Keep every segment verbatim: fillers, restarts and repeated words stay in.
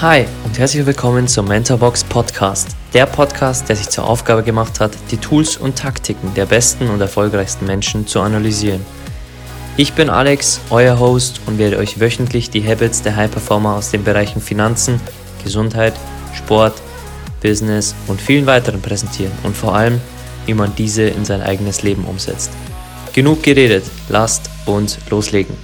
Hi und herzlich willkommen zum Mentorbox Podcast, der Podcast, der sich zur Aufgabe gemacht hat, die Tools und Taktiken der besten und erfolgreichsten Menschen zu analysieren. Ich bin Alex, euer Host und werde euch wöchentlich die Habits der High-Performer aus den Bereichen Finanzen, Gesundheit, Sport, Business und vielen weiteren präsentieren und vor allem, wie man diese in sein eigenes Leben umsetzt. Genug geredet, lasst uns loslegen.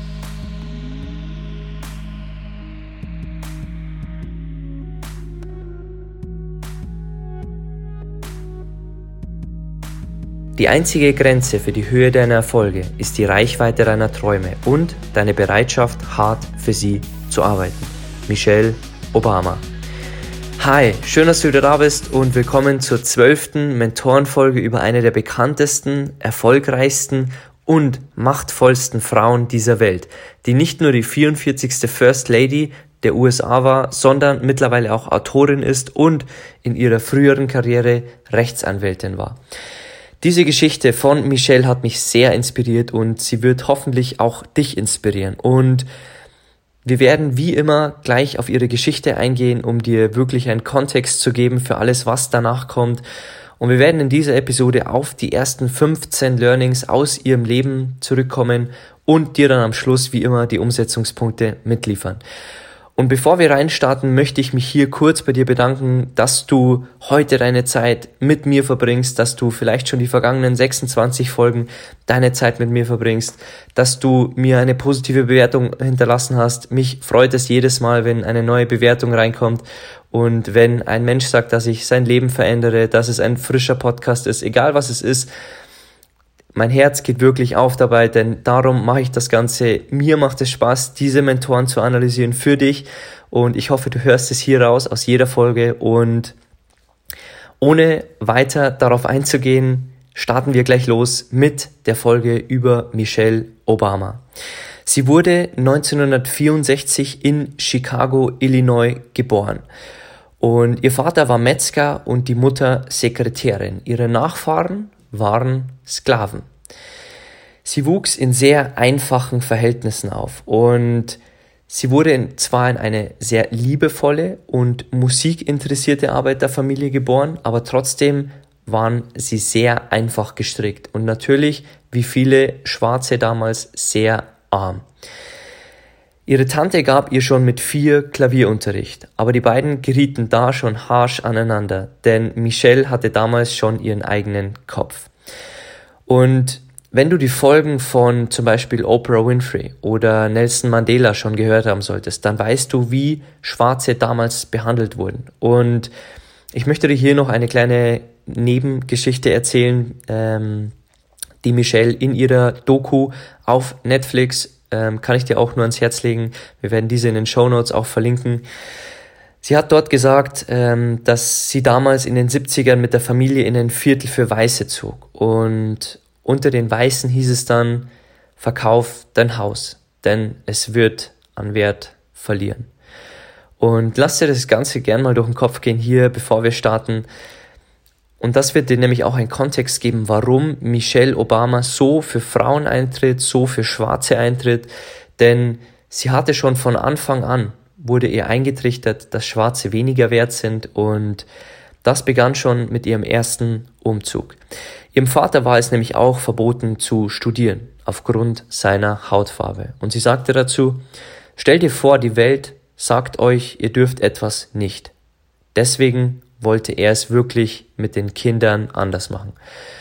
Die einzige Grenze für die Höhe deiner Erfolge ist die Reichweite deiner Träume und deine Bereitschaft, hart für sie zu arbeiten. Michelle Obama. Hi, schön, dass du wieder da bist und willkommen zur zwölften Mentorenfolge über eine der bekanntesten, erfolgreichsten und machtvollsten Frauen dieser Welt, die nicht nur die vierundvierzigste First Lady der U S A war, sondern mittlerweile auch Autorin ist und in ihrer früheren Karriere Rechtsanwältin war. Diese Geschichte von Michelle hat mich sehr inspiriert und sie wird hoffentlich auch dich inspirieren. Und wir werden wie immer gleich auf ihre Geschichte eingehen, um dir wirklich einen Kontext zu geben für alles, was danach kommt. Und wir werden in dieser Episode auf die ersten fünfzehn Learnings aus ihrem Leben zurückkommen und dir dann am Schluss wie immer die Umsetzungspunkte mitliefern. Und bevor wir reinstarten, möchte ich mich hier kurz bei dir bedanken, dass du heute deine Zeit mit mir verbringst, dass du vielleicht schon die vergangenen sechsundzwanzig Folgen deine Zeit mit mir verbringst, dass du mir eine positive Bewertung hinterlassen hast. Mich freut es jedes Mal, wenn eine neue Bewertung reinkommt und wenn ein Mensch sagt, dass ich sein Leben verändere, dass es ein frischer Podcast ist, egal was es ist. Mein Herz geht wirklich auf dabei, denn darum mache ich das Ganze. Mir macht es Spaß, diese Mentoren zu analysieren für dich und ich hoffe, du hörst es hier raus aus jeder Folge und ohne weiter darauf einzugehen, starten wir gleich los mit der Folge über Michelle Obama. Sie wurde neunzehnhundertvierundsechzig in Chicago, Illinois geboren. Und ihr Vater war Metzger und die Mutter Sekretärin. Ihre Nachfahren waren Sklaven. Sie wuchs in sehr einfachen Verhältnissen auf und sie wurde in, zwar in eine sehr liebevolle und musikinteressierte Arbeiterfamilie geboren, aber trotzdem waren sie sehr einfach gestrickt und natürlich, wie viele Schwarze damals, sehr arm. Ihre Tante gab ihr schon mit vier Klavierunterricht, aber die beiden gerieten da schon harsch aneinander, denn Michelle hatte damals schon ihren eigenen Kopf. Und wenn du die Folgen von zum Beispiel Oprah Winfrey oder Nelson Mandela schon gehört haben solltest, dann weißt du, wie Schwarze damals behandelt wurden. Und ich möchte dir hier noch eine kleine Nebengeschichte erzählen, ähm, die Michelle in ihrer Doku auf Netflix Ähm, kann ich dir auch nur ans Herz legen. Wir werden diese in den Shownotes auch verlinken. Sie hat dort gesagt, ähm, dass sie damals in den siebzigern mit der Familie in ein Viertel für Weiße zog. Und unter den Weißen hieß es dann, verkauf dein Haus, denn es wird an Wert verlieren. Und lass dir das Ganze gern mal durch den Kopf gehen hier, bevor wir starten. Und das wird dir nämlich auch einen Kontext geben, warum Michelle Obama so für Frauen eintritt, so für Schwarze eintritt. Denn sie hatte schon von Anfang an, wurde ihr eingetrichtert, dass Schwarze weniger wert sind. Und das begann schon mit ihrem ersten Umzug. Ihrem Vater war es nämlich auch verboten zu studieren, aufgrund seiner Hautfarbe. Und sie sagte dazu, stellt dir vor, die Welt sagt euch, ihr dürft etwas nicht. Deswegen wollte er es wirklich mit den Kindern anders machen.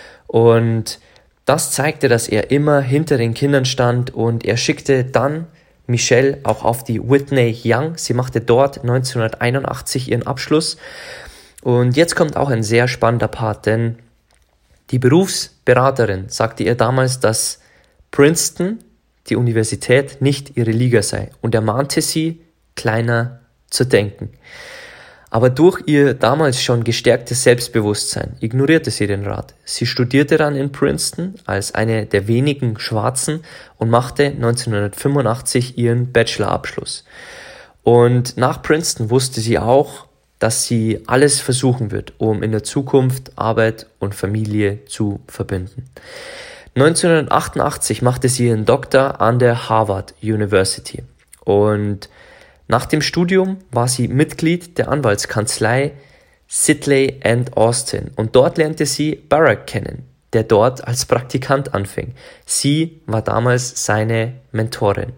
Und das zeigte, dass er immer hinter den Kindern stand und er schickte dann Michelle auch auf die Whitney Young. Sie machte dort neunzehnhunderteinundachtzig ihren Abschluss. Und jetzt kommt auch ein sehr spannender Part, denn die Berufsberaterin sagte ihr damals, dass Princeton, die Universität, nicht ihre Liga sei und ermahnte sie, kleiner zu denken. Aber durch ihr damals schon gestärktes Selbstbewusstsein ignorierte sie den Rat. Sie studierte dann in Princeton als eine der wenigen Schwarzen und machte neunzehnhundertfünfundachtzig ihren Bachelorabschluss. Und nach Princeton wusste sie auch, dass sie alles versuchen wird, um in der Zukunft Arbeit und Familie zu verbinden. neunzehnhundertachtundachtzig machte sie ihren Doktor an der Harvard University und Nach dem Studium war sie Mitglied der Anwaltskanzlei Sidley and Austin und dort lernte sie Barack kennen, der dort als Praktikant anfing. Sie war damals seine Mentorin.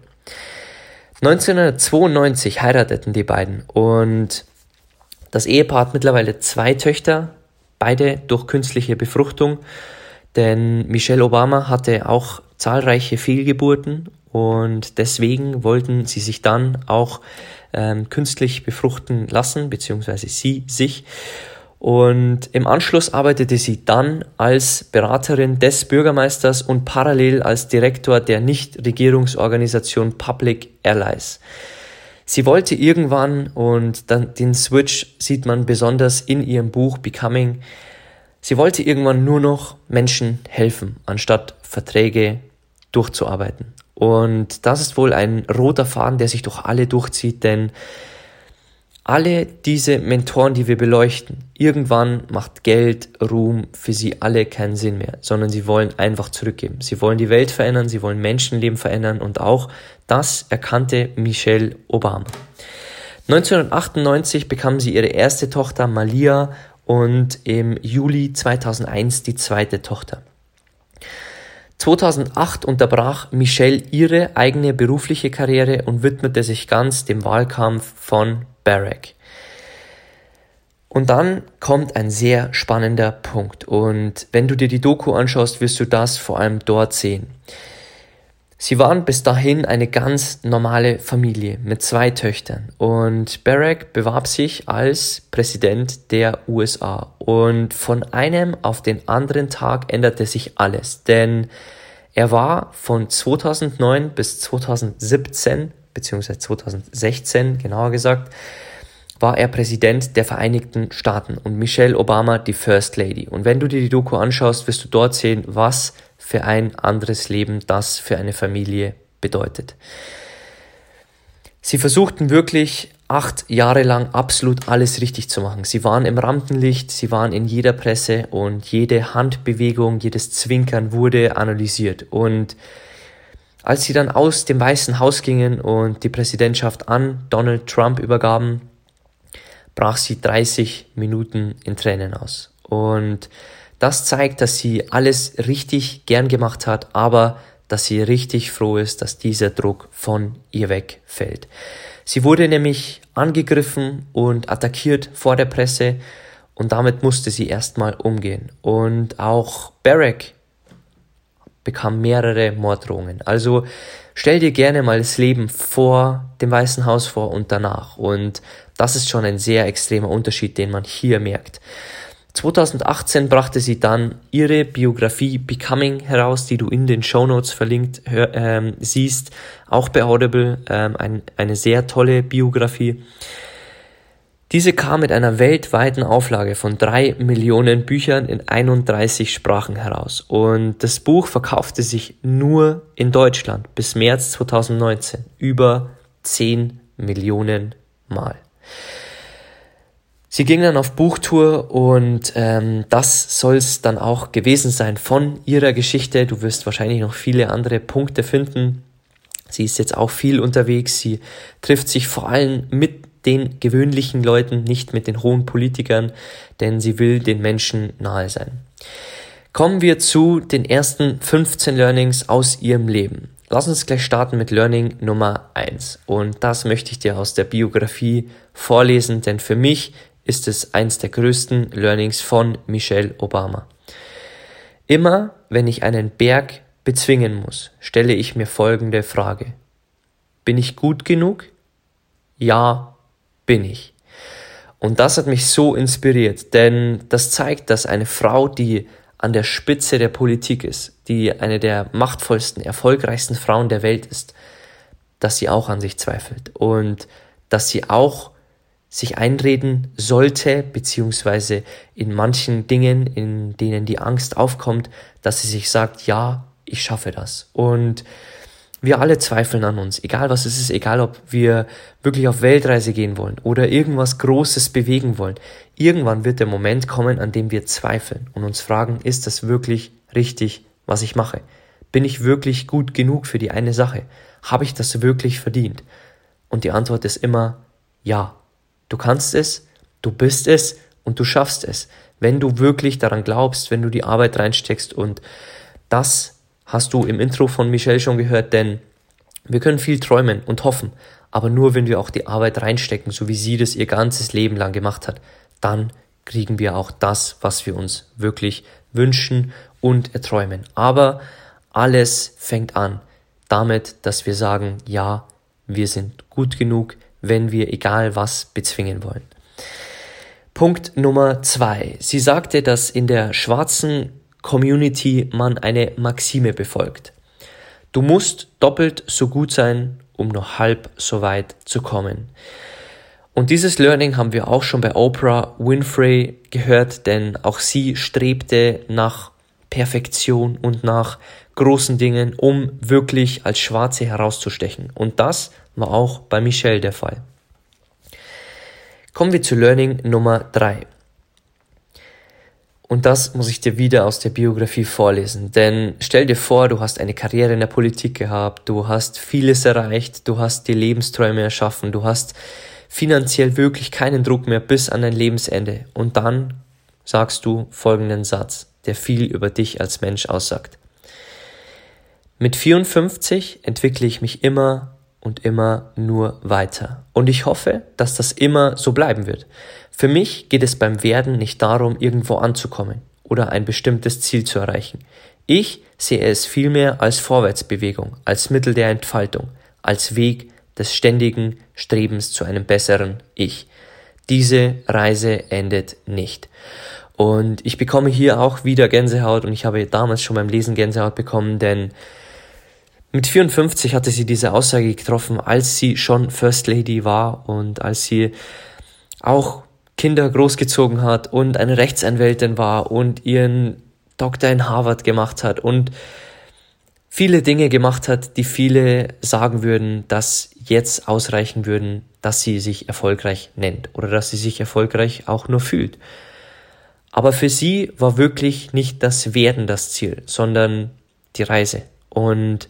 neunzehnhundertzweiundneunzig heirateten die beiden und das Ehepaar hat mittlerweile zwei Töchter, beide durch künstliche Befruchtung, denn Michelle Obama hatte auch zahlreiche Fehlgeburten und deswegen wollten sie sich dann auch ähm, künstlich befruchten lassen, beziehungsweise sie sich. Und im Anschluss arbeitete sie dann als Beraterin des Bürgermeisters und parallel als Direktor der Nichtregierungsorganisation Public Allies. Sie wollte irgendwann, und dann den Switch sieht man besonders in ihrem Buch Becoming, sie wollte irgendwann nur noch Menschen helfen, anstatt Verträge durchzuarbeiten. Und das ist wohl ein roter Faden, der sich durch alle durchzieht, denn alle diese Mentoren, die wir beleuchten, irgendwann macht Geld, Ruhm für sie alle keinen Sinn mehr, sondern sie wollen einfach zurückgeben. Sie wollen die Welt verändern, sie wollen Menschenleben verändern und auch das erkannte Michelle Obama. neunzehnhundertachtundneunzig bekam sie ihre erste Tochter Malia und im Juli zweitausendeins die zweite Tochter. zweitausendacht unterbrach Michelle ihre eigene berufliche Karriere und widmete sich ganz dem Wahlkampf von Barack. Und dann kommt ein sehr spannender Punkt und wenn du dir die Doku anschaust, wirst du das vor allem dort sehen. Sie waren bis dahin eine ganz normale Familie mit zwei Töchtern und Barack bewarb sich als Präsident der U S A und von einem auf den anderen Tag änderte sich alles, denn er war von zweitausendneun bis zweitausendsiebzehn beziehungsweise zweitausendsechzehn genauer gesagt, war er Präsident der Vereinigten Staaten und Michelle Obama die First Lady. Und wenn du dir die Doku anschaust, wirst du dort sehen, was für ein anderes Leben das für eine Familie bedeutet. Sie versuchten wirklich acht Jahre lang absolut alles richtig zu machen. Sie waren im Rampenlicht, sie waren in jeder Presse und jede Handbewegung, jedes Zwinkern wurde analysiert. Und als sie dann aus dem Weißen Haus gingen und die Präsidentschaft an Donald Trump übergaben, brach sie dreißig Minuten in Tränen aus. Und das zeigt, dass sie alles richtig gern gemacht hat, aber dass sie richtig froh ist, dass dieser Druck von ihr wegfällt. Sie wurde nämlich angegriffen und attackiert vor der Presse und damit musste sie erstmal umgehen. Und auch Barack bekam mehrere Morddrohungen. Also stell dir gerne mal das Leben vor dem Weißen Haus vor und danach. Und das ist schon ein sehr extremer Unterschied, den man hier merkt. zweitausendachtzehn brachte sie dann ihre Biografie Becoming heraus, die du in den Shownotes verlinkt hör, ähm, siehst. Auch bei Audible, ähm, ein, eine sehr tolle Biografie. Diese kam mit einer weltweiten Auflage von drei Millionen Büchern in einunddreißig Sprachen heraus. Und das Buch verkaufte sich nur in Deutschland bis März zweitausendneunzehn über zehn Millionen Mal. Sie ging dann auf Buchtour und ähm, das soll es dann auch gewesen sein von ihrer Geschichte. Du wirst wahrscheinlich noch viele andere Punkte finden. Sie ist jetzt auch viel unterwegs. Sie trifft sich vor allem mit den gewöhnlichen Leuten, nicht mit den hohen Politikern, denn sie will den Menschen nahe sein. Kommen wir zu den ersten fünfzehn Learnings aus ihrem Leben. Lass uns gleich starten mit Learning Nummer eins. Und das möchte ich dir aus der Biografie vorlesen, denn für mich ist es eins der größten Learnings von Michelle Obama. Immer, wenn ich einen Berg bezwingen muss, stelle ich mir folgende Frage. Bin ich gut genug? Ja, bin ich. Und das hat mich so inspiriert, denn das zeigt, dass eine Frau, die an der Spitze der Politik ist, die eine der machtvollsten, erfolgreichsten Frauen der Welt ist, dass sie auch an sich zweifelt und dass sie auch sich einreden sollte, beziehungsweise in manchen Dingen, in denen die Angst aufkommt, dass sie sich sagt, ja, ich schaffe das. Und wir alle zweifeln an uns, egal was es ist, egal ob wir wirklich auf Weltreise gehen wollen oder irgendwas Großes bewegen wollen. Irgendwann wird der Moment kommen, an dem wir zweifeln und uns fragen, ist das wirklich richtig, was ich mache? Bin ich wirklich gut genug für die eine Sache? Habe ich das wirklich verdient? Und die Antwort ist immer ja. Du kannst es, du bist es und du schaffst es. Wenn du wirklich daran glaubst, wenn du die Arbeit reinsteckst, und das hast du im Intro von Michelle schon gehört, denn wir können viel träumen und hoffen, aber nur wenn wir auch die Arbeit reinstecken, so wie sie das ihr ganzes Leben lang gemacht hat, dann kriegen wir auch das, was wir uns wirklich wünschen und erträumen. Aber alles fängt an damit, dass wir sagen, ja, wir sind gut genug, wenn wir egal was bezwingen wollen. Punkt Nummer zwei. Sie sagte, dass in der schwarzen Community man eine Maxime befolgt. Du musst doppelt so gut sein, um nur halb so weit zu kommen. Und dieses Learning haben wir auch schon bei Oprah Winfrey gehört, denn auch sie strebte nach Perfektion und nach großen Dingen, um wirklich als Schwarze herauszustechen. Und das war auch bei Michelle der Fall. Kommen wir zu Learning Nummer drei. Und das muss ich dir wieder aus der Biografie vorlesen, denn stell dir vor, du hast eine Karriere in der Politik gehabt, du hast vieles erreicht, du hast dir Lebensträume erschaffen, du hast finanziell wirklich keinen Druck mehr bis an dein Lebensende, und dann sagst du folgenden Satz, der viel über dich als Mensch aussagt. Mit vierundfünfzig entwickle ich mich immer und immer nur weiter. Und ich hoffe, dass das immer so bleiben wird. Für mich geht es beim Werden nicht darum, irgendwo anzukommen oder ein bestimmtes Ziel zu erreichen. Ich sehe es vielmehr als Vorwärtsbewegung, als Mittel der Entfaltung, als Weg des ständigen Strebens zu einem besseren Ich. Diese Reise endet nicht. Und ich bekomme hier auch wieder Gänsehaut, und ich habe damals schon beim Lesen Gänsehaut bekommen, denn mit vierundfünfzig hatte sie diese Aussage getroffen, als sie schon First Lady war und als sie auch Kinder großgezogen hat und eine Rechtsanwältin war und ihren Doktor in Harvard gemacht hat und viele Dinge gemacht hat, die viele sagen würden, dass jetzt ausreichen würden, dass sie sich erfolgreich nennt oder dass sie sich erfolgreich auch nur fühlt. Aber für sie war wirklich nicht das Werden das Ziel, sondern die Reise. Und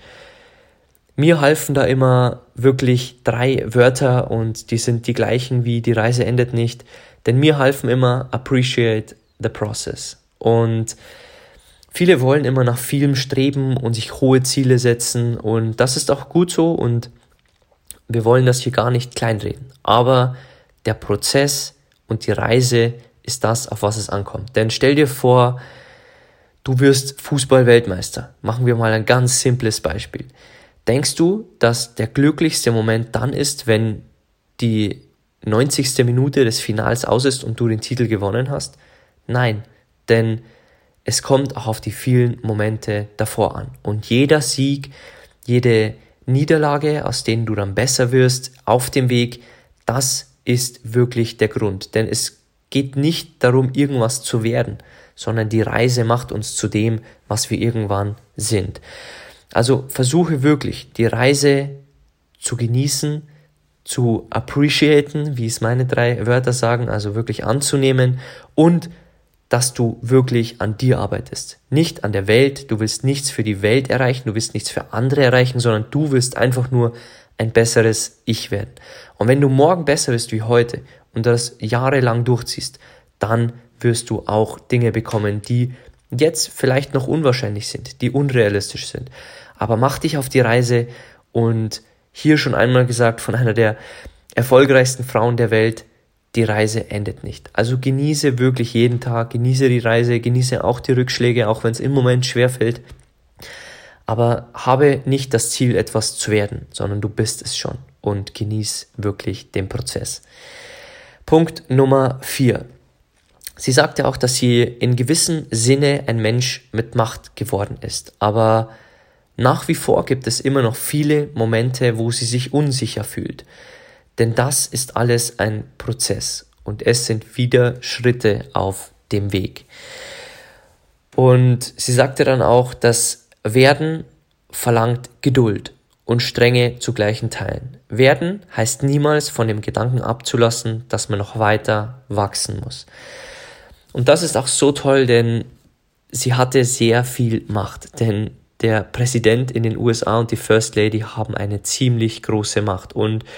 mir halfen da immer wirklich drei Wörter, und die sind die gleichen wie die Reise endet nicht, denn mir halfen immer appreciate the process. Und viele wollen immer nach vielem streben und sich hohe Ziele setzen, und das ist auch gut so, und wir wollen das hier gar nicht kleinreden. Aber der Prozess und die Reise ist das, auf was es ankommt. Denn stell dir vor, du wirst Fußball-Weltmeister. Machen wir mal ein ganz simples Beispiel. Denkst du, dass der glücklichste Moment dann ist, wenn die neunzigste Minute des Finals aus ist und du den Titel gewonnen hast? Nein, denn es kommt auch auf die vielen Momente davor an. Und jeder Sieg, jede Niederlage, aus denen du dann besser wirst, auf dem Weg, das ist wirklich der Grund. Denn es geht nicht darum, irgendwas zu werden, sondern die Reise macht uns zu dem, was wir irgendwann sind. Also versuche wirklich, die Reise zu genießen, zu appreciaten, wie es meine drei Wörter sagen, also wirklich anzunehmen, und dass du wirklich an dir arbeitest. Nicht an der Welt, du willst nichts für die Welt erreichen, du willst nichts für andere erreichen, sondern du willst einfach nur ein besseres Ich werden. Und wenn du morgen besser bist wie heute und das jahrelang durchziehst, dann wirst du auch Dinge bekommen, die jetzt vielleicht noch unwahrscheinlich sind, die unrealistisch sind. Aber mach dich auf die Reise, und hier schon einmal gesagt von einer der erfolgreichsten Frauen der Welt, die Reise endet nicht. Also genieße wirklich jeden Tag, genieße die Reise, genieße auch die Rückschläge, auch wenn es im Moment schwerfällt. Aber habe nicht das Ziel, etwas zu werden, sondern du bist es schon, und genieß wirklich den Prozess. Punkt Nummer vier. Sie sagte auch, dass sie in gewissem Sinne ein Mensch mit Macht geworden ist. Aber nach wie vor gibt es immer noch viele Momente, wo sie sich unsicher fühlt. Denn das ist alles ein Prozess und es sind wieder Schritte auf dem Weg. Und sie sagte dann auch, dass Werden verlangt Geduld und Strenge zu gleichen Teilen. Werden heißt niemals von dem Gedanken abzulassen, dass man noch weiter wachsen muss. Und das ist auch so toll, denn sie hatte sehr viel Macht. Denn der Präsident in den U S A und die First Lady haben eine ziemlich große Macht. Und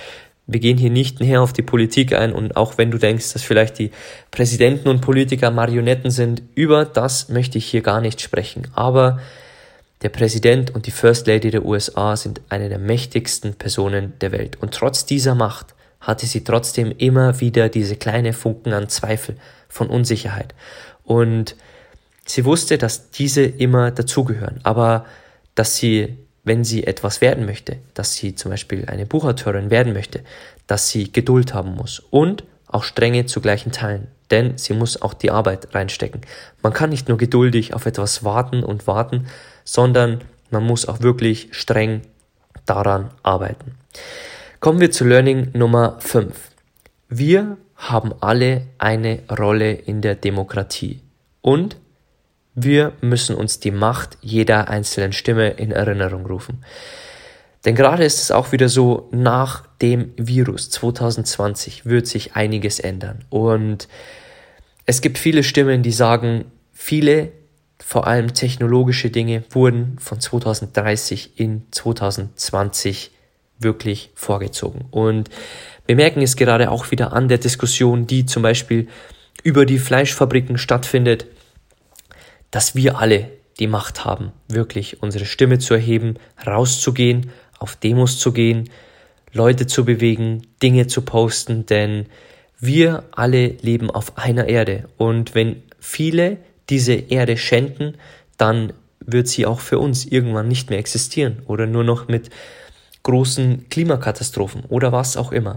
Wir gehen hier nicht näher auf die Politik ein und auch wenn du denkst, dass vielleicht die Präsidenten und Politiker Marionetten sind, über das möchte ich hier gar nicht sprechen. Aber der Präsident und die First Lady der U S A sind eine der mächtigsten Personen der Welt. Und trotz dieser Macht hatte sie trotzdem immer wieder diese kleine Funken an Zweifel, von Unsicherheit. Und sie wusste, dass diese immer dazugehören, aber dass sie, wenn sie etwas werden möchte, dass sie zum Beispiel eine Buchautorin werden möchte, dass sie Geduld haben muss und auch Strenge zu gleichen Teilen, denn sie muss auch die Arbeit reinstecken. Man kann nicht nur geduldig auf etwas warten und warten, sondern man muss auch wirklich streng daran arbeiten. Kommen wir zu Learning Nummer fünf. Wir haben alle eine Rolle in der Demokratie und wir müssen uns die Macht jeder einzelnen Stimme in Erinnerung rufen. Denn gerade ist es auch wieder so, nach dem Virus zwanzig zwanzig wird sich einiges ändern. Und es gibt viele Stimmen, die sagen, viele, vor allem technologische Dinge, wurden von zwanzig dreißig in zwanzig zwanzig wirklich vorgezogen. Und wir merken es gerade auch wieder an der Diskussion, die zum Beispiel über die Fleischfabriken stattfindet, dass wir alle die Macht haben, wirklich unsere Stimme zu erheben, rauszugehen, auf Demos zu gehen, Leute zu bewegen, Dinge zu posten, denn wir alle leben auf einer Erde und wenn viele diese Erde schänden, dann wird sie auch für uns irgendwann nicht mehr existieren oder nur noch mit großen Klimakatastrophen oder was auch immer.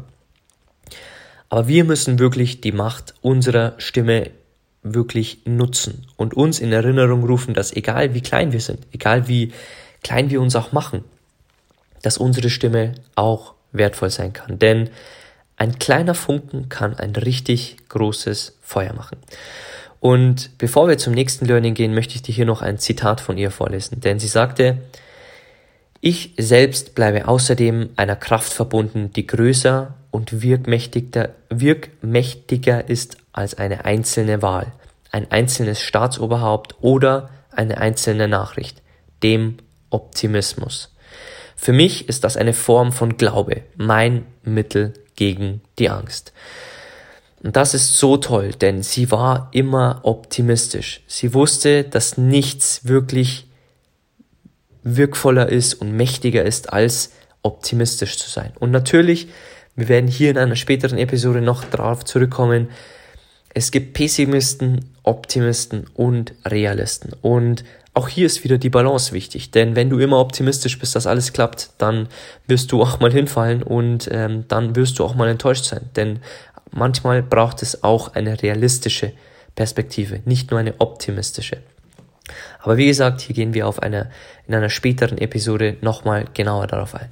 Aber wir müssen wirklich die Macht unserer Stimme wirklich nutzen und uns in Erinnerung rufen, dass egal wie klein wir sind, egal wie klein wir uns auch machen, dass unsere Stimme auch wertvoll sein kann. Denn ein kleiner Funken kann ein richtig großes Feuer machen. Und bevor wir zum nächsten Learning gehen, möchte ich dir hier noch ein Zitat von ihr vorlesen. Denn sie sagte, ich selbst bleibe außerdem einer Kraft verbunden, die größer und wirkmächtiger, wirkmächtiger ist als eine einzelne Wahl, ein einzelnes Staatsoberhaupt oder eine einzelne Nachricht, dem Optimismus. Für mich ist das eine Form von Glaube, mein Mittel gegen die Angst. Und das ist so toll, denn sie war immer optimistisch. Sie wusste, dass nichts wirklich wirkvoller ist und mächtiger ist, als optimistisch zu sein. Und natürlich, wir werden hier in einer späteren Episode noch darauf zurückkommen, es gibt Pessimisten, Optimisten und Realisten. Und auch hier ist wieder die Balance wichtig, denn wenn du immer optimistisch bist, dass alles klappt, dann wirst du auch mal hinfallen und ähm, dann wirst du auch mal enttäuscht sein. Denn manchmal braucht es auch eine realistische Perspektive, nicht nur eine optimistische. Aber wie gesagt, hier gehen wir auf eine, in einer späteren Episode nochmal genauer darauf ein.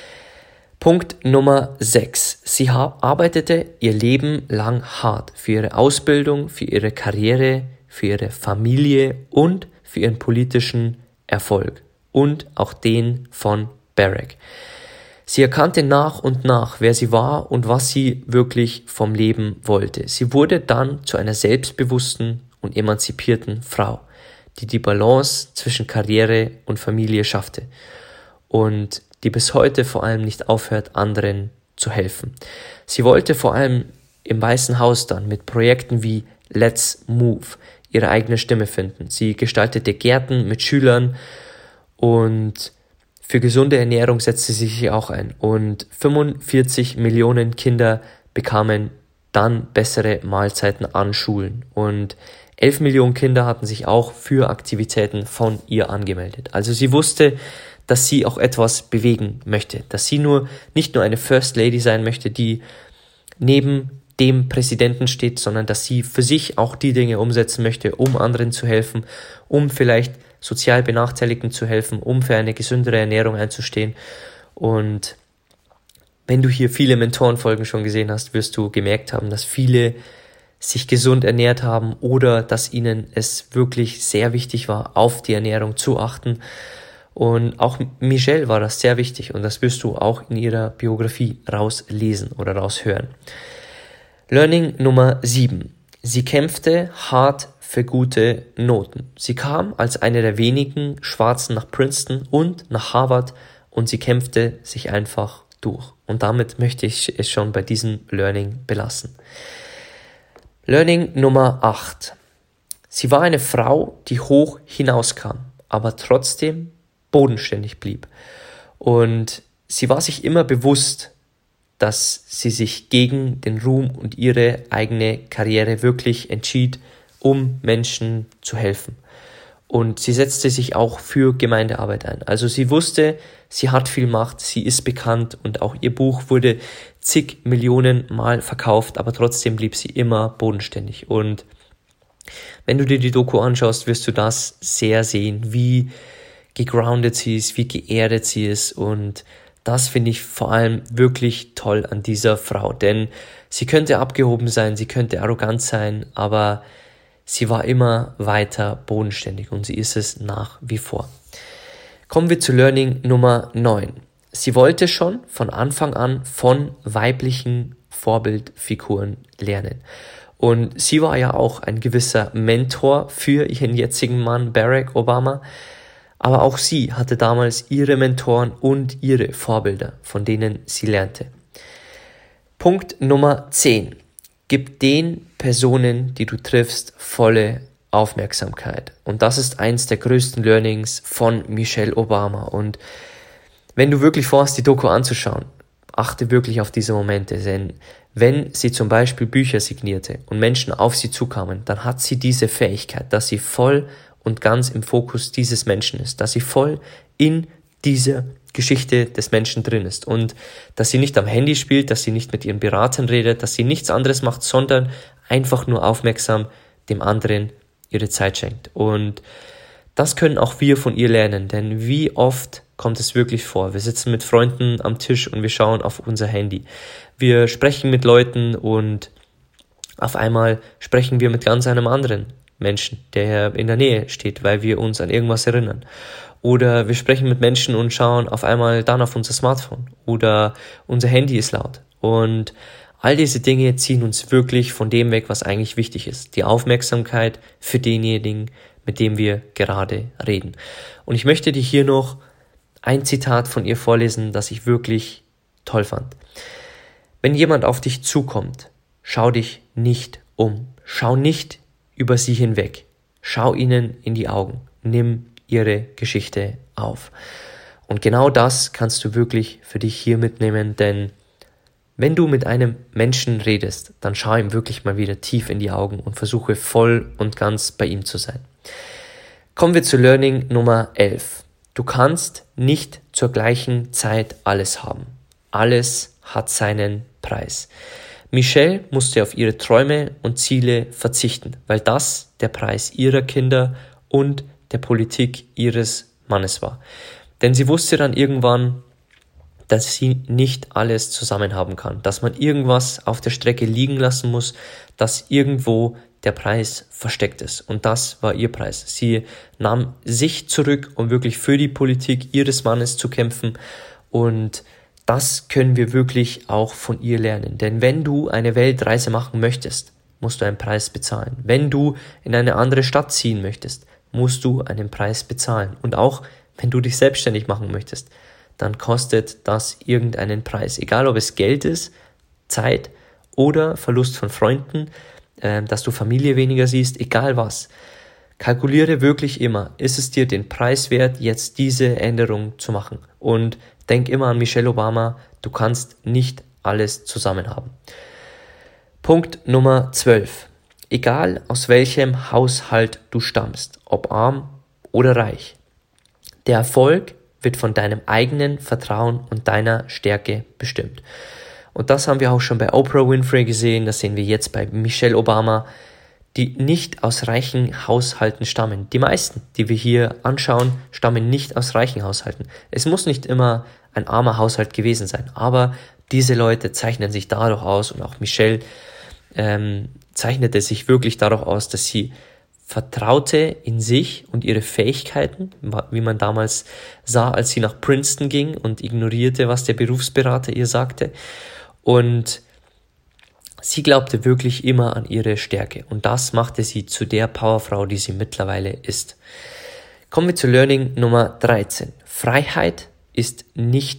Punkt Nummer sechs. Sie arbeitete ihr Leben lang hart für ihre Ausbildung, für ihre Karriere, für ihre Familie und für ihren politischen Erfolg und auch den von Barack. Sie erkannte nach und nach, wer sie war und was sie wirklich vom Leben wollte. Sie wurde dann zu einer selbstbewussten und emanzipierten Frau, die die Balance zwischen Karriere und Familie schaffte und die bis heute vor allem nicht aufhört, anderen zu helfen. Sie wollte vor allem im Weißen Haus dann mit Projekten wie Let's Move ihre eigene Stimme finden. Sie gestaltete Gärten mit Schülern und für gesunde Ernährung setzte sie sich auch ein. Und fünfundvierzig Millionen Kinder bekamen dann bessere Mahlzeiten an Schulen. Und elf Millionen Kinder hatten sich auch für Aktivitäten von ihr angemeldet. Also sie wusste, dass sie auch etwas bewegen möchte, dass sie nur nicht nur eine First Lady sein möchte, die neben dem Präsidenten steht, sondern dass sie für sich auch die Dinge umsetzen möchte, um anderen zu helfen, um vielleicht sozial Benachteiligten zu helfen, um für eine gesündere Ernährung einzustehen. Und wenn du hier viele Mentorenfolgen schon gesehen hast, wirst du gemerkt haben, dass viele sich gesund ernährt haben oder dass ihnen es wirklich sehr wichtig war, auf die Ernährung zu achten. Und auch Michelle war das sehr wichtig und das wirst du auch in ihrer Biografie rauslesen oder raushören. Learning Nummer sieben. Sie kämpfte hart für gute Noten. Sie kam als eine der wenigen Schwarzen nach Princeton und nach Harvard und sie kämpfte sich einfach durch. Und damit möchte ich es schon bei diesem Learning belassen. Learning Nummer acht. Sie war eine Frau, die hoch hinauskam, aber trotzdem bodenständig blieb. Und sie war sich immer bewusst, dass sie sich gegen den Ruhm und ihre eigene Karriere wirklich entschied, um Menschen zu helfen. Und sie setzte sich auch für Gemeindearbeit ein. Also sie wusste, sie hat viel Macht, sie ist bekannt und auch ihr Buch wurde zig Millionen Mal verkauft, aber trotzdem blieb sie immer bodenständig. Und wenn du dir die Doku anschaust, wirst du das sehr sehen, wie gegroundet sie ist, wie geerdet sie ist, und das finde ich vor allem wirklich toll an dieser Frau, denn sie könnte abgehoben sein, sie könnte arrogant sein, aber sie war immer weiter bodenständig und sie ist es nach wie vor. Kommen wir zu Learning Nummer neun. Sie wollte schon von Anfang an von weiblichen Vorbildfiguren lernen. Und sie war ja auch ein gewisser Mentor für ihren jetzigen Mann Barack Obama. Aber auch sie hatte damals ihre Mentoren und ihre Vorbilder, von denen sie lernte. Punkt Nummer zehn. Gib den Personen, die du triffst, volle Aufmerksamkeit. Und das ist eins der größten Learnings von Michelle Obama. Und wenn du wirklich vorhast, die Doku anzuschauen, achte wirklich auf diese Momente. Denn wenn sie zum Beispiel Bücher signierte und Menschen auf sie zukamen, dann hat sie diese Fähigkeit, dass sie voll und ganz im Fokus dieses Menschen ist, dass sie voll in dieser Geschichte des Menschen drin ist und dass sie nicht am Handy spielt, dass sie nicht mit ihren Beratern redet, dass sie nichts anderes macht, sondern einfach nur aufmerksam dem anderen ihre Zeit schenkt. Und das können auch wir von ihr lernen, denn wie oft kommt es wirklich vor? Wir sitzen mit Freunden am Tisch und wir schauen auf unser Handy. Wir sprechen mit Leuten und auf einmal sprechen wir mit ganz einem anderen Menschen, der in der Nähe steht, weil wir uns an irgendwas erinnern. Oder wir sprechen mit Menschen und schauen auf einmal dann auf unser Smartphone. Oder unser Handy ist laut. Und all diese Dinge ziehen uns wirklich von dem weg, was eigentlich wichtig ist. Die Aufmerksamkeit für denjenigen, mit dem wir gerade reden. Und ich möchte dir hier noch ein Zitat von ihr vorlesen, das ich wirklich toll fand. Wenn jemand auf dich zukommt, schau dich nicht um. Schau nicht über sie hinweg. Schau ihnen in die Augen. Nimm ihre Geschichte auf. Und genau das kannst du wirklich für dich hier mitnehmen, denn wenn du mit einem Menschen redest, dann schau ihm wirklich mal wieder tief in die Augen und versuche voll und ganz bei ihm zu sein. Kommen wir zu Learning Nummer elf. Du kannst nicht zur gleichen Zeit alles haben. Alles hat seinen Preis. Michelle musste auf ihre Träume und Ziele verzichten, weil das der Preis ihrer Kinder und der Politik ihres Mannes war. Denn sie wusste dann irgendwann, dass sie nicht alles zusammen haben kann, dass man irgendwas auf der Strecke liegen lassen muss, dass irgendwo der Preis versteckt ist. Und das war ihr Preis. Sie nahm sich zurück, um wirklich für die Politik ihres Mannes zu kämpfen, und das können wir wirklich auch von ihr lernen. Denn wenn du eine Weltreise machen möchtest, musst du einen Preis bezahlen. Wenn du in eine andere Stadt ziehen möchtest, musst du einen Preis bezahlen. Und auch wenn du dich selbstständig machen möchtest, dann kostet das irgendeinen Preis. Egal, ob es Geld ist, Zeit oder Verlust von Freunden, äh, dass du Familie weniger siehst, egal was. Kalkuliere wirklich immer, ist es dir den Preis wert, jetzt diese Änderung zu machen? Und denk immer an Michelle Obama, du kannst nicht alles zusammen haben. Punkt Nummer zwölf. Egal aus welchem Haushalt du stammst, ob arm oder reich, der Erfolg wird von deinem eigenen Vertrauen und deiner Stärke bestimmt. Und das haben wir auch schon bei Oprah Winfrey gesehen, das sehen wir jetzt bei Michelle Obama, die nicht aus reichen Haushalten stammen. Die meisten, die wir hier anschauen, stammen nicht aus reichen Haushalten. Es muss nicht immer ein armer Haushalt gewesen sein, aber diese Leute zeichnen sich dadurch aus, und auch Michelle ähm, zeichnete sich wirklich dadurch aus, dass sie vertraute in sich und ihre Fähigkeiten, wie man damals sah, als sie nach Princeton ging und ignorierte, was der Berufsberater ihr sagte. Und sie glaubte wirklich immer an ihre Stärke, und das machte sie zu der Powerfrau, die sie mittlerweile ist. Kommen wir zu Learning Nummer dreizehn. Freiheit ist nicht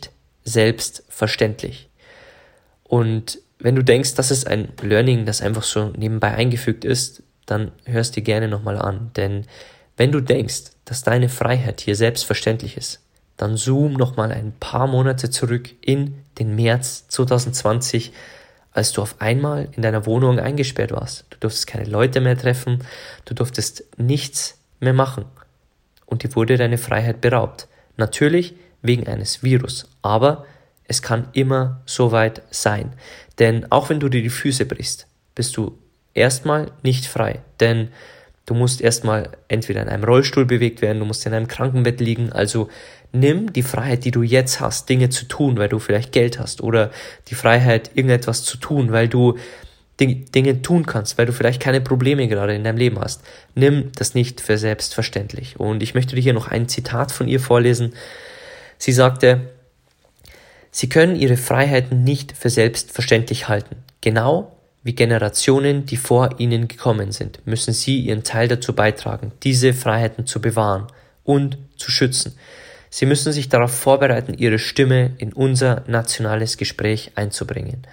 selbstverständlich. Und wenn du denkst, das ist ein Learning, das einfach so nebenbei eingefügt ist, dann hörst dir gerne nochmal an. Denn wenn du denkst, dass deine Freiheit hier selbstverständlich ist, dann zoom nochmal ein paar Monate zurück in den März zwanzig zwanzig, als du auf einmal in deiner Wohnung eingesperrt warst. Du durftest keine Leute mehr treffen, du durftest nichts mehr machen. Und dir wurde deine Freiheit beraubt. Natürlich wegen eines Virus, aber es kann immer so weit sein. Denn auch wenn du dir die Füße brichst, bist du erstmal nicht frei. Denn du musst erstmal entweder in einem Rollstuhl bewegt werden, du musst in einem Krankenbett liegen. Also nimm die Freiheit, die du jetzt hast, Dinge zu tun, weil du vielleicht Geld hast, oder die Freiheit, irgendetwas zu tun, weil du Dinge tun kannst, weil du vielleicht keine Probleme gerade in deinem Leben hast. Nimm das nicht für selbstverständlich. Und ich möchte dir hier noch ein Zitat von ihr vorlesen. Sie sagte: Sie können ihre Freiheiten nicht für selbstverständlich halten. Genau wie Generationen, die vor ihnen gekommen sind, müssen sie ihren Teil dazu beitragen, diese Freiheiten zu bewahren und zu schützen. Sie müssen sich darauf vorbereiten, ihre Stimme in unser nationales Gespräch einzubringen.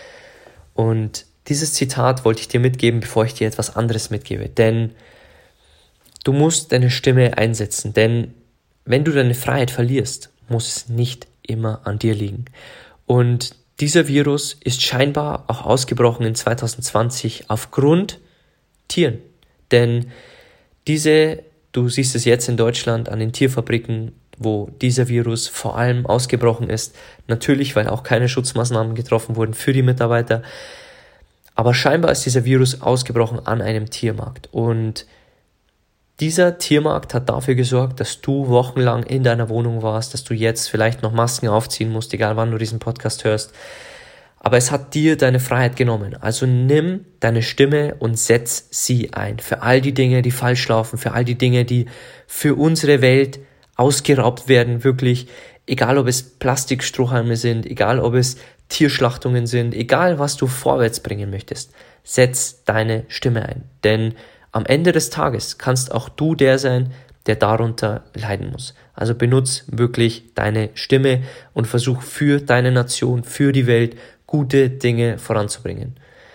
Und dieses Zitat wollte ich dir mitgeben, bevor ich dir etwas anderes mitgebe. Denn du musst deine Stimme einsetzen. Denn wenn du deine Freiheit verlierst, muss es nicht immer an dir liegen. Und dieser Virus ist scheinbar auch ausgebrochen in zwanzig zwanzig aufgrund Tieren. Denn diese, du siehst es jetzt in Deutschland an den Tierfabriken, wo dieser Virus vor allem ausgebrochen ist. Natürlich, weil auch keine Schutzmaßnahmen getroffen wurden für die Mitarbeiter. Aber scheinbar ist dieser Virus ausgebrochen an einem Tiermarkt. Und dieser Tiermarkt hat dafür gesorgt, dass du wochenlang in deiner Wohnung warst, dass du jetzt vielleicht noch Masken aufziehen musst, egal wann du diesen Podcast hörst. Aber es hat dir deine Freiheit genommen. Also nimm deine Stimme und setz sie ein. Für all die Dinge, die falsch laufen, für all die Dinge, die für unsere Welt ausgeraubt werden, wirklich. Egal, ob es Plastikstrohhalme sind, egal, ob es Tierschlachtungen sind, egal, was du vorwärts bringen möchtest. Setz deine Stimme ein. Denn am Ende des Tages kannst auch du der sein, der darunter leiden muss. Also benutz wirklich deine Stimme und versuch für deine Nation, für die Welt gute Dinge voranzubringen.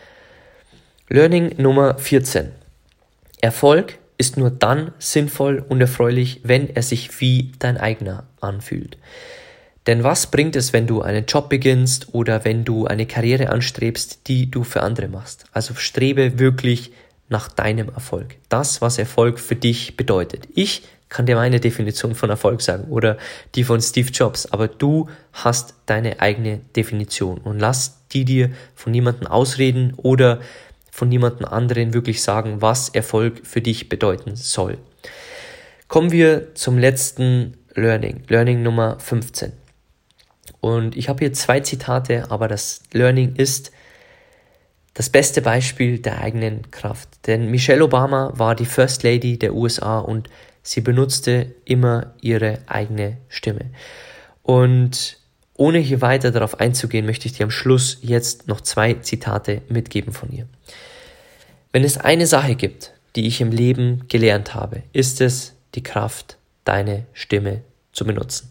Learning Nummer vierzehn. Erfolg ist nur dann sinnvoll und erfreulich, wenn er sich wie dein eigener anfühlt. Denn was bringt es, wenn du einen Job beginnst oder wenn du eine Karriere anstrebst, die du für andere machst? Also strebe wirklich nach deinem Erfolg. Das, was Erfolg für dich bedeutet. Ich kann dir meine Definition von Erfolg sagen oder die von Steve Jobs, aber du hast deine eigene Definition und lass die dir von niemandem ausreden oder von niemandem anderen wirklich sagen, was Erfolg für dich bedeuten soll. Kommen wir zum letzten Learning, Learning Nummer fünfzehn. Und ich habe hier zwei Zitate, aber das Learning ist das beste Beispiel der eigenen Kraft. Denn Michelle Obama war die First Lady der U S A und sie benutzte immer ihre eigene Stimme. Und ohne hier weiter darauf einzugehen, möchte ich dir am Schluss jetzt noch zwei Zitate mitgeben von ihr. Wenn es eine Sache gibt, die ich im Leben gelernt habe, ist es die Kraft, deine Stimme zu benutzen.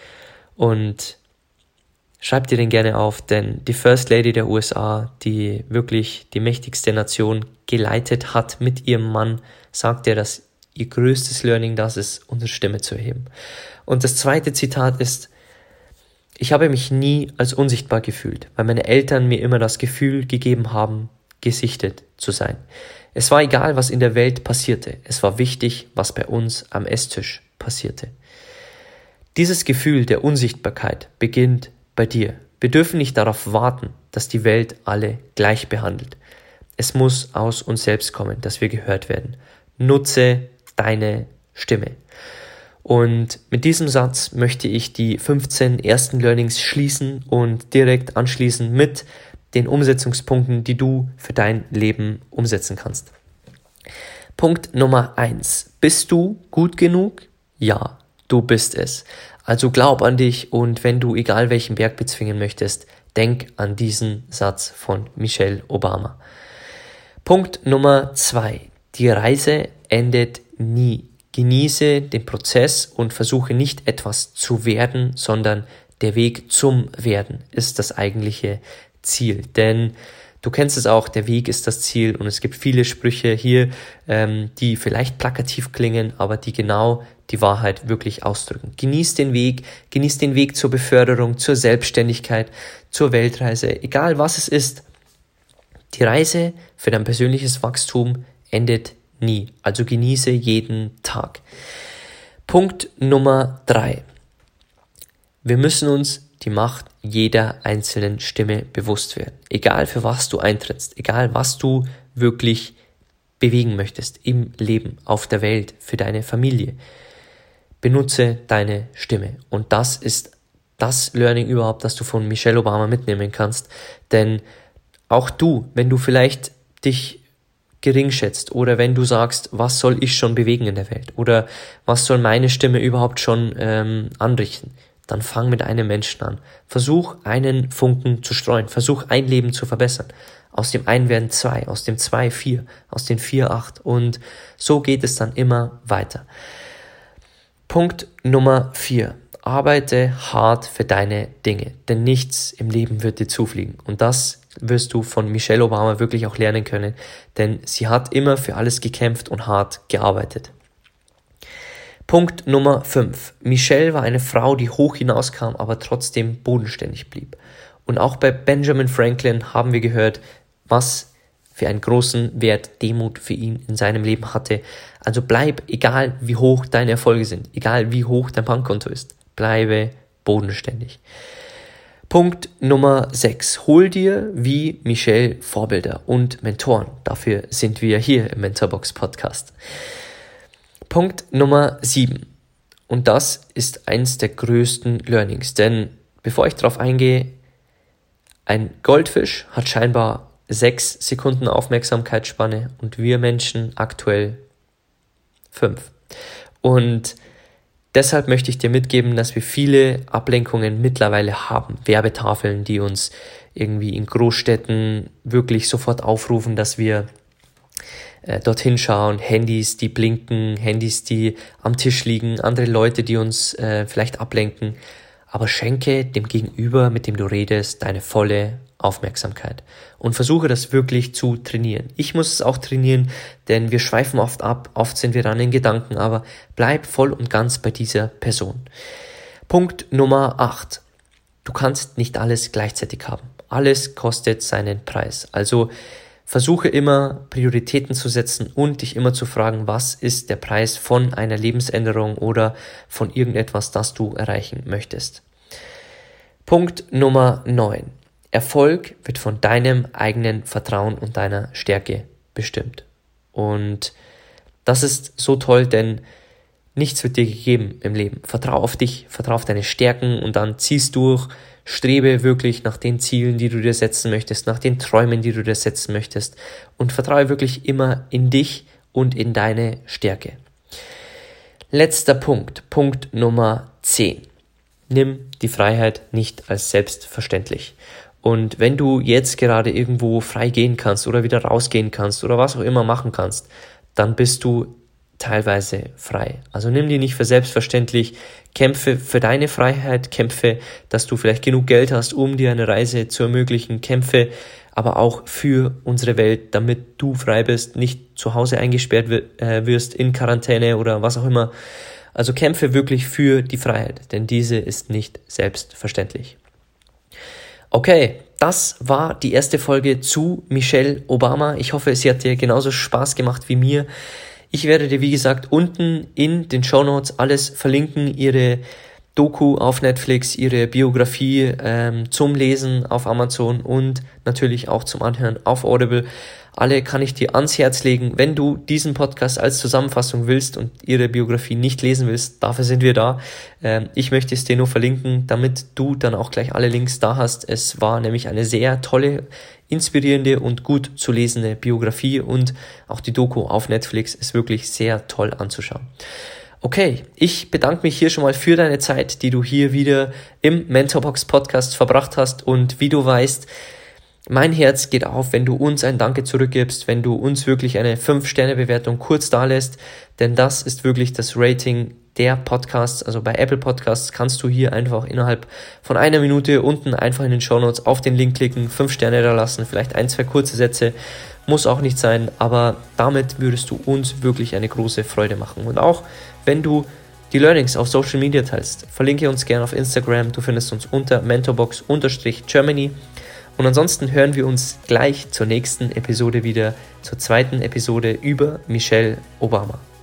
Und schreib dir den gerne auf, denn die First Lady der U S A, die wirklich die mächtigste Nation geleitet hat mit ihrem Mann, sagt ja, dass ihr größtes Learning das ist, unsere Stimme zu erheben. Und das zweite Zitat ist: Ich habe mich nie als unsichtbar gefühlt, weil meine Eltern mir immer das Gefühl gegeben haben, gesichtet zu sein. Es war egal, was in der Welt passierte. Es war wichtig, was bei uns am Esstisch passierte. Dieses Gefühl der Unsichtbarkeit beginnt bei dir. Wir dürfen nicht darauf warten, dass die Welt alle gleich behandelt. Es muss aus uns selbst kommen, dass wir gehört werden. Nutze deine Stimme. Und mit diesem Satz möchte ich die fünfzehn ersten Learnings schließen und direkt anschließen mit den Umsetzungspunkten, die du für dein Leben umsetzen kannst. Punkt Nummer eins. Bist du gut genug? Ja, du bist es. Also glaub an dich und wenn du egal welchen Berg bezwingen möchtest, denk an diesen Satz von Michelle Obama. Punkt Nummer zwei. Die Reise endet nie. Genieße den Prozess und versuche nicht etwas zu werden, sondern der Weg zum Werden ist das eigentliche Ziel. Denn du kennst es auch, der Weg ist das Ziel und es gibt viele Sprüche hier, ähm, die vielleicht plakativ klingen, aber die genau die Wahrheit wirklich ausdrücken. Genieß den Weg, genieß den Weg zur Beförderung, zur Selbstständigkeit, zur Weltreise, egal was es ist. Die Reise für dein persönliches Wachstum endet nie, also genieße jeden Tag. Punkt Nummer drei. Wir müssen uns die Macht jeder einzelnen Stimme bewusst werden. Egal für was du eintrittst, egal was du wirklich bewegen möchtest im Leben, auf der Welt, für deine Familie. Benutze deine Stimme. Und das ist das Learning überhaupt, das du von Michelle Obama mitnehmen kannst. Denn auch du, wenn du vielleicht dich gering schätzt oder wenn du sagst, was soll ich schon bewegen in der Welt oder was soll meine Stimme überhaupt schon ähm, anrichten, dann fang mit einem Menschen an. Versuch, einen Funken zu streuen. Versuch, ein Leben zu verbessern. Aus dem einen werden zwei, aus dem zwei vier, aus den vier acht und so geht es dann immer weiter. Punkt Nummer vier. Arbeite hart für deine Dinge, denn nichts im Leben wird dir zufliegen. Und das wirst du von Michelle Obama wirklich auch lernen können, denn sie hat immer für alles gekämpft und hart gearbeitet. Punkt Nummer fünf. Michelle war eine Frau, die hoch hinauskam, aber trotzdem bodenständig blieb. Und auch bei Benjamin Franklin haben wir gehört, was für einen großen Wert Demut für ihn in seinem Leben hatte. Also bleib, egal wie hoch deine Erfolge sind, egal wie hoch dein Bankkonto ist, bleibe bodenständig. Punkt Nummer sechs. Hol dir wie Michelle Vorbilder und Mentoren. Dafür sind wir hier im Mentorbox Podcast. Punkt Nummer sieben. Und das ist eins der größten Learnings. Denn bevor ich darauf eingehe, ein Goldfisch hat scheinbar sechs Sekunden Aufmerksamkeitsspanne und wir Menschen aktuell fünf. Und deshalb möchte ich dir mitgeben, dass wir viele Ablenkungen mittlerweile haben. Werbetafeln, die uns irgendwie in Großstädten wirklich sofort aufrufen, dass wir äh, dorthin schauen. Handys, die blinken, Handys, die am Tisch liegen, andere Leute, die uns äh, vielleicht ablenken. Aber schenke dem Gegenüber, mit dem du redest, deine volle Aufmerksamkeit und versuche das wirklich zu trainieren. Ich muss es auch trainieren, denn wir schweifen oft ab, oft sind wir dann in Gedanken, aber bleib voll und ganz bei dieser Person. Punkt Nummer acht. Du kannst nicht alles gleichzeitig haben. Alles kostet seinen Preis. Also versuche immer Prioritäten zu setzen und dich immer zu fragen, was ist der Preis von einer Lebensänderung oder von irgendetwas, das du erreichen möchtest. Punkt Nummer neun. Erfolg wird von deinem eigenen Vertrauen und deiner Stärke bestimmt. Und das ist so toll, denn nichts wird dir gegeben im Leben. Vertrau auf dich, vertrau auf deine Stärken und dann ziehst durch, strebe wirklich nach den Zielen, die du dir setzen möchtest, nach den Träumen, die du dir setzen möchtest und vertraue wirklich immer in dich und in deine Stärke. Letzter Punkt, Punkt Nummer zehn. Nimm die Freiheit nicht als selbstverständlich. Und wenn du jetzt gerade irgendwo frei gehen kannst oder wieder rausgehen kannst oder was auch immer machen kannst, dann bist du teilweise frei. Also nimm die nicht für selbstverständlich, kämpfe für deine Freiheit, kämpfe, dass du vielleicht genug Geld hast, um dir eine Reise zu ermöglichen, kämpfe aber auch für unsere Welt, damit du frei bist, nicht zu Hause eingesperrt wirst, in Quarantäne oder was auch immer. Also kämpfe wirklich für die Freiheit, denn diese ist nicht selbstverständlich. Okay, das war die erste Folge zu Michelle Obama. Ich hoffe, sie hat dir genauso Spaß gemacht wie mir. Ich werde dir, wie gesagt, unten in den Shownotes alles verlinken, ihre Doku auf Netflix, ihre Biografie ähm, zum Lesen auf Amazon und natürlich auch zum Anhören auf Audible. Alle kann ich dir ans Herz legen. Wenn du diesen Podcast als Zusammenfassung willst und ihre Biografie nicht lesen willst, dafür sind wir da. Ähm, ich möchte es dir nur verlinken, damit du dann auch gleich alle Links da hast. Es war nämlich eine sehr tolle, inspirierende und gut zu lesende Biografie und auch die Doku auf Netflix ist wirklich sehr toll anzuschauen. Okay, ich bedanke mich hier schon mal für deine Zeit, die du hier wieder im Mentorbox Podcast verbracht hast und wie du weißt, mein Herz geht auf, wenn du uns ein Danke zurückgibst, wenn du uns wirklich eine fünf Sterne Bewertung kurz dalässt, denn das ist wirklich das Rating der Podcasts, also bei Apple Podcasts, kannst du hier einfach innerhalb von einer Minute unten einfach in den Shownotes auf den Link klicken, fünf Sterne da lassen, vielleicht ein, zwei kurze Sätze, muss auch nicht sein, aber damit würdest du uns wirklich eine große Freude machen. Und auch wenn du die Learnings auf Social Media teilst, verlinke uns gerne auf Instagram, du findest uns unter mentorbox-germany. Und ansonsten hören wir uns gleich zur nächsten Episode wieder, zur zweiten Episode über Michelle Obama.